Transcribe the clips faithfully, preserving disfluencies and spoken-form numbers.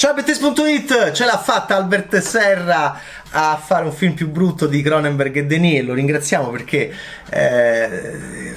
Ciao Bettes punto it, ce l'ha fatta Albert Serra a fare un film più brutto di Cronenberg e Denis, lo ringraziamo perché eh,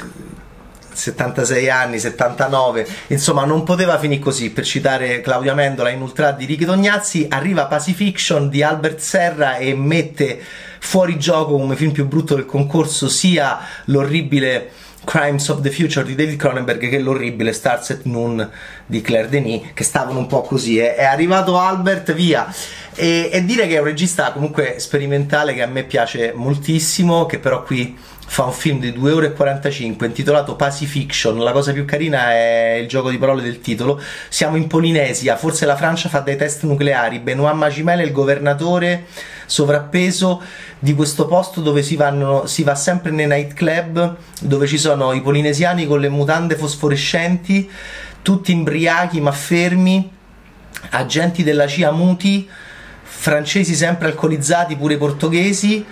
settantasei anni, settantanove, insomma non poteva finire così. Per citare Claudio Amendola in Ultra di Ricky Tognazzi, arriva Pacifiction di Albert Serra e mette fuori gioco come film più brutto del concorso sia l'orribile Crimes of the Future di David Cronenberg che l'orribile Stars at Noon di Claire Denis, che stavano un po' così. Eh. È arrivato Albert, via. E, e dire che è un regista comunque sperimentale che a me piace moltissimo, che però qui fa un film di due ore e quarantacinque intitolato Pacifiction. La cosa più carina è il gioco di parole del titolo. Siamo in Polinesia, forse la Francia fa dei test nucleari. Benoît Magimel è il governatore sovrappeso di questo posto dove si, vanno, si va sempre nei nightclub, dove ci sono i polinesiani con le mutande fosforescenti, tutti imbriachi ma fermi, agenti della C I A muti, francesi sempre alcolizzati, pure portoghesi.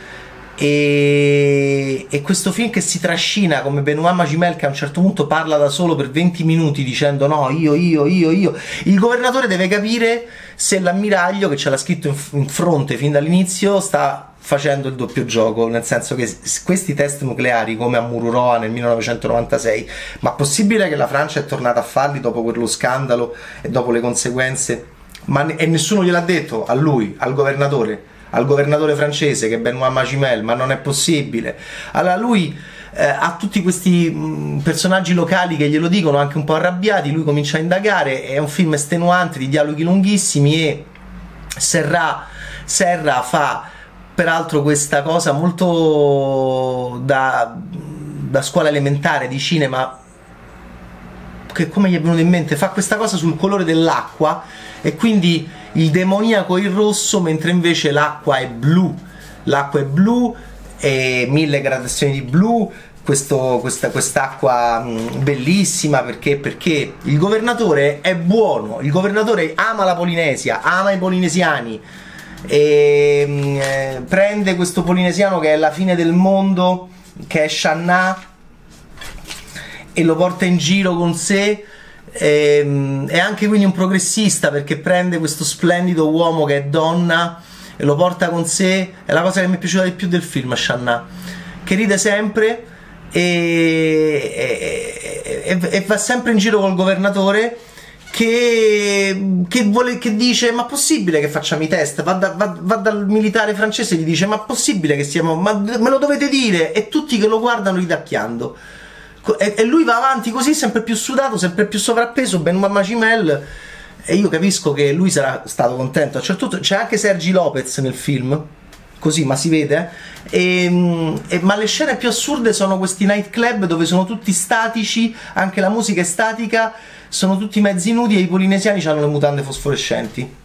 E, e questo film che si trascina come Benoît Magimel, che a un certo punto parla da solo per venti minuti dicendo no, io, io, io, io. Il governatore deve capire se l'ammiraglio, che ce l'ha scritto in, in fronte fin dall'inizio, sta facendo il doppio gioco, nel senso che questi test nucleari come a Mururoa nel millenovecentonovantasei, ma possibile che la Francia è tornata a farli dopo quello scandalo e dopo le conseguenze? Ma, e nessuno gliel'ha detto a lui, al governatore al governatore francese che è Benoît Magimel, ma non è possibile. Allora lui eh, ha tutti questi mh, personaggi locali che glielo dicono, anche un po' arrabbiati. Lui comincia a indagare, è un film estenuante di dialoghi lunghissimi e Serra, Serra fa peraltro questa cosa molto da, da scuola elementare di cinema, che come gli è venuto in mente, fa questa cosa sul colore dell'acqua e quindi il demoniaco è il rosso mentre invece l'acqua è blu, l'acqua è blu e mille gradazioni di blu, questo, questa, quest'acqua mh, bellissima perché, perché il governatore è buono, il governatore ama la Polinesia, ama i polinesiani e mh, eh, prende questo polinesiano che è la fine del mondo, che è Shanna, e lo porta in giro con sé. E, è anche quindi un progressista perché prende questo splendido uomo che è donna e lo porta con sé. È la cosa che mi è piaciuta di più del film, Shanna, che ride sempre e, e, e, e va sempre in giro col governatore che, che, vuole, che dice ma possibile che facciamo i test, va, da, va, va dal militare francese e gli dice ma possibile che siamo, ma me lo dovete dire, e tutti che lo guardano ridacchiando. E lui va avanti così, sempre più sudato, sempre più sovrappeso, Benoît Magimel, e io capisco che lui sarà stato contento. A un certo punto c'è anche Sergi Lopez nel film, così, ma si vede, e, e, ma le scene più assurde sono questi nightclub dove sono tutti statici, anche la musica è statica, sono tutti mezzi nudi e i polinesiani hanno le mutande fosforescenti.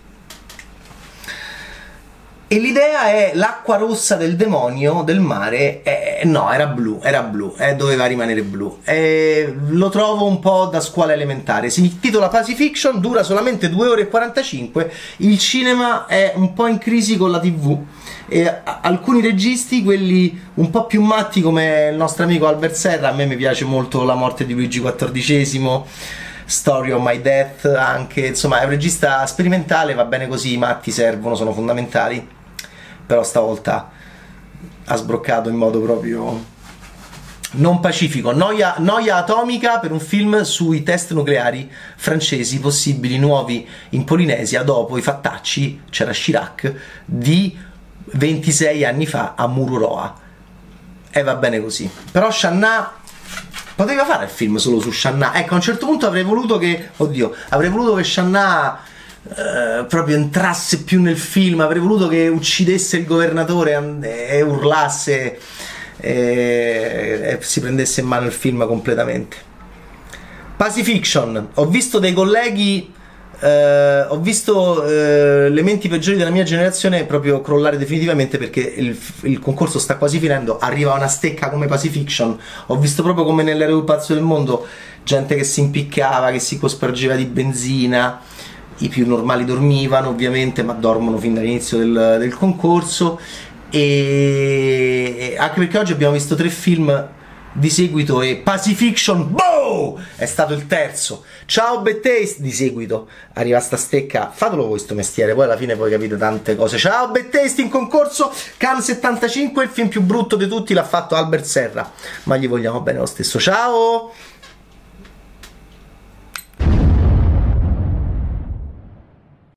E l'idea è l'acqua rossa del demonio del mare, eh, no, era blu, era blu, eh, doveva rimanere blu. Eh, lo trovo un po' da scuola elementare. Si intitola Pacifiction, dura solamente due ore e quarantacinque, il cinema è un po' in crisi con la tivù. E alcuni registi, quelli un po' più matti come il nostro amico Albert Serra, a me mi piace molto La morte di Luigi quattordicesimo, Story of My Death anche, insomma è un regista sperimentale, va bene così, i matti servono, sono fondamentali. Però stavolta ha sbroccato in modo proprio non pacifico. Noia, noia atomica per un film sui test nucleari francesi possibili nuovi in Polinesia dopo i fattacci, c'era Chirac, di ventisei anni fa a Mururoa. E va bene così. Però Shanna poteva fare il film solo su Shanna. Ecco, a un certo punto avrei voluto che, oddio, avrei voluto che Shanna Uh, proprio entrasse più nel film, avrei voluto che uccidesse il governatore e, e urlasse e, e si prendesse in mano il film completamente. Pacifiction, ho visto dei colleghi, uh, ho visto uh, le menti peggiori della mia generazione proprio crollare definitivamente perché il, il concorso sta quasi finendo, arriva una stecca come Pacifiction, ho visto proprio come nell'aereo più pazzo del mondo gente che si impiccava, che si cospargeva di benzina. I più normali dormivano ovviamente, ma dormono fin dall'inizio del, del concorso. E anche perché oggi abbiamo visto tre film di seguito, e Pacifiction boh, è stato il terzo. Ciao Bad Taste di seguito, arriva sta stecca, fatelo voi sto mestiere, poi alla fine poi capite tante cose. Ciao Bad Taste in concorso, Can settantacinque, il film più brutto di tutti l'ha fatto Albert Serra, ma gli vogliamo bene lo stesso. Ciao.